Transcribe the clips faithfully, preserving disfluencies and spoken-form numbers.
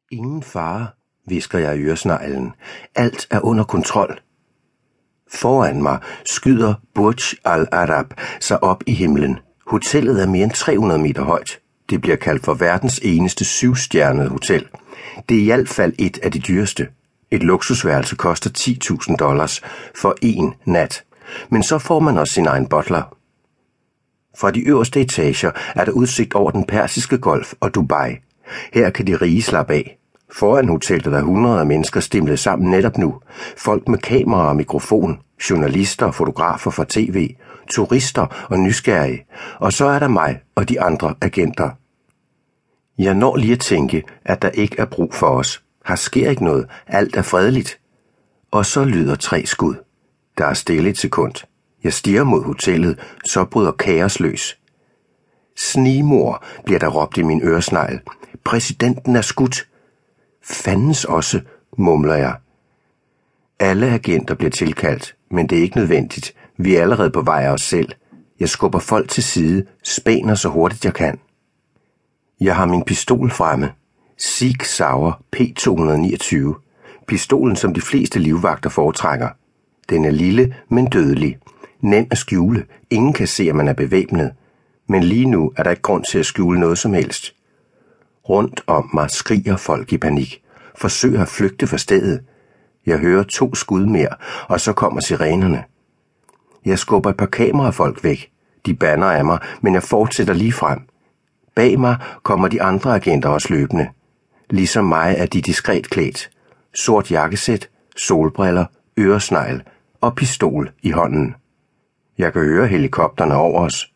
Ingen fare, hvisker jeg i øresneglen. Alt er under kontrol. Foran mig skyder Burj Al Arab sig op i himlen. Hotellet er mere end tre hundrede meter højt. Det bliver kaldt for verdens eneste syvstjernede hotel. Det er i hvert fald et af de dyreste. Et luksusværelse koster ti tusind dollars for en nat. Men så får man også sin egen butler. Fra de øverste etager er der udsigt over den Persiske Golf og Dubai. Her kan de rige slappe af. Foran hotellet er hundreder af mennesker stimlet sammen netop nu. Folk med kamera og mikrofon, journalister og fotografer fra tv, turister og nysgerrige. Og så er der mig og de andre agenter. Jeg når lige at tænke, at der ikke er brug for os. Her sker ikke noget. Alt er fredeligt. Og så lyder tre skud. Der er stille et sekund. Jeg stirrer mod hotellet, så bryder kaos løs. Snigmor, bliver der råbt i min øresnegl. Præsidenten er skudt. Fandens også, mumler jeg. Alle agenter bliver tilkaldt, men det er ikke nødvendigt. Vi er allerede på vej af os selv. Jeg skubber folk til side, spænder så hurtigt jeg kan. Jeg har min pistol fremme. Sig Sauer P to niogtyve. Pistolen, som de fleste livvagter foretrækker. Den er lille, men dødelig. Nem at skjule. Ingen kan se, at man er bevæbnet. Men lige nu er der ikke grund til at skjule noget som helst. Rundt om mig skriger folk i panik. Forsøger at flygte fra stedet. Jeg hører to skud mere, og så kommer sirenerne. Jeg skubber et par kamerafolk væk. De bander af mig, men jeg fortsætter lige frem. Bag mig kommer de andre agenter også løbende. Ligesom mig er de diskret klædt. Sort jakkesæt, solbriller, øresnegl og pistol i hånden. Jeg kan høre helikopterne over os.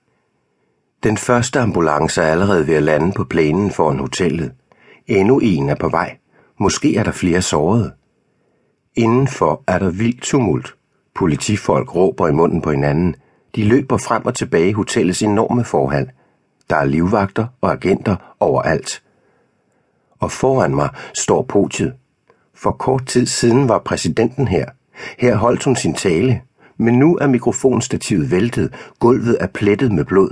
Den første ambulance er allerede ved at lande på plænen foran hotellet. Endnu en er på vej. Måske er der flere sårede. Indenfor er der vild tumult. Politifolk råber i munden på hinanden. De løber frem og tilbage i hotellets enorme forhal. Der er livvagter og agenter overalt. Og foran mig står podiet. For kort tid siden var præsidenten her. Her holdt hun sin tale. Men nu er mikrofonstativet væltet. Gulvet er plettet med blod.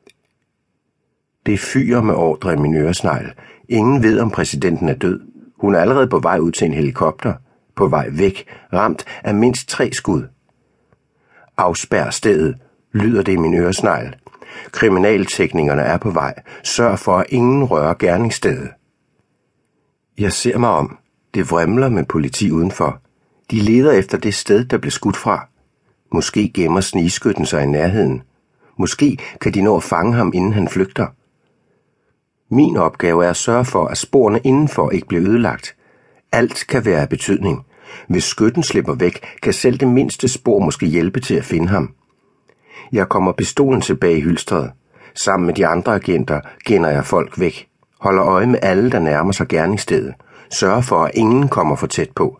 Det fyrer med ordre i min øresnegl. Ingen ved, om præsidenten er død. Hun er allerede på vej ud til en helikopter. På vej væk, ramt af mindst tre skud. Afspær stedet, lyder det i min øresnegl. Kriminalteknikerne er på vej. Sørg for, at ingen rører gerningsstedet. Jeg ser mig om. Det vrimler med politi udenfor. De leder efter det sted, der blev skudt fra. Måske gemmer snigskytten sig i nærheden. Måske kan de nå at fange ham, inden han flygter. Min opgave er at sørge for, at sporene indenfor ikke bliver ødelagt. Alt kan være af betydning. Hvis skytten slipper væk, kan selv det mindste spor måske hjælpe til at finde ham. Jeg kommer pistolen tilbage i hylstret. Sammen med de andre agenter gænder jeg folk væk. Holder øje med alle, der nærmer sig gerningsstedet. Sørger for, at ingen kommer for tæt på.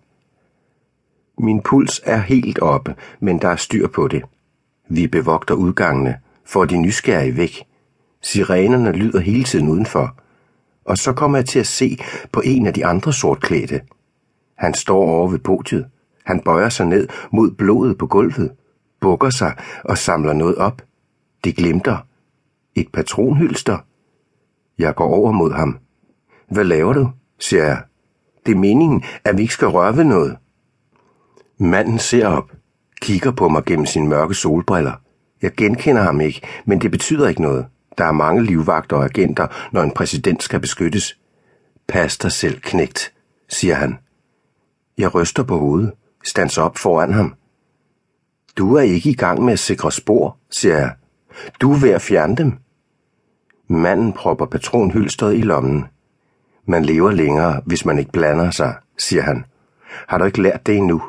Min puls er helt oppe, men der er styr på det. Vi bevogter udgangene, får de nysgerrige væk. Sirenerne lyder hele tiden udenfor. Og så kommer jeg til at se på en af de andre sortklædte. Han står over ved podiet. Han bøjer sig ned mod blodet på gulvet, bukker sig og samler noget op. Det glimter. Et patronhylster. Jeg går over mod ham. Hvad laver du, siger jeg. Det er meningen, at vi ikke skal røre ved noget. Manden ser op, kigger på mig gennem sine mørke solbriller. Jeg genkender ham ikke, men det betyder ikke noget. Der er mange livvagter og agenter, når en præsident skal beskyttes. Pas dig selv, knægt, siger han. Jeg ryster på hovedet, standser op foran ham. Du er ikke i gang med at sikre spor, siger jeg. Du er ved at fjerne dem. Manden propper patronhylstret i lommen. Man lever længere, hvis man ikke blander sig, siger han. Har du ikke lært det endnu?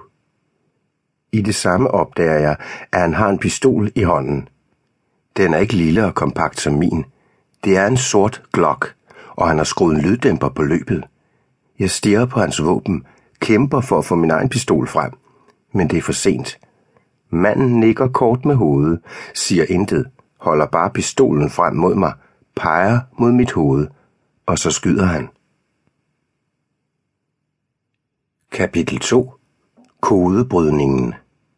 I det samme opdager jeg, at han har en pistol i hånden. Den er ikke lille og kompakt som min. Det er en sort Glock, og han har skruet en lyddæmper på løbet. Jeg stirrer på hans våben, kæmper for at få min egen pistol frem, men det er for sent. Manden nikker kort med hovedet, siger intet, holder bare pistolen frem mod mig, peger mod mit hoved, og så skyder han. Kapitel to. Kodebrydningen.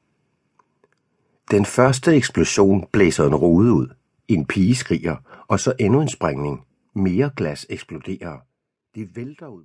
Den første eksplosion blæser en rude ud. En pige skriger, og så endnu en sprængning. Mere glas eksploderer. Det vælter ud.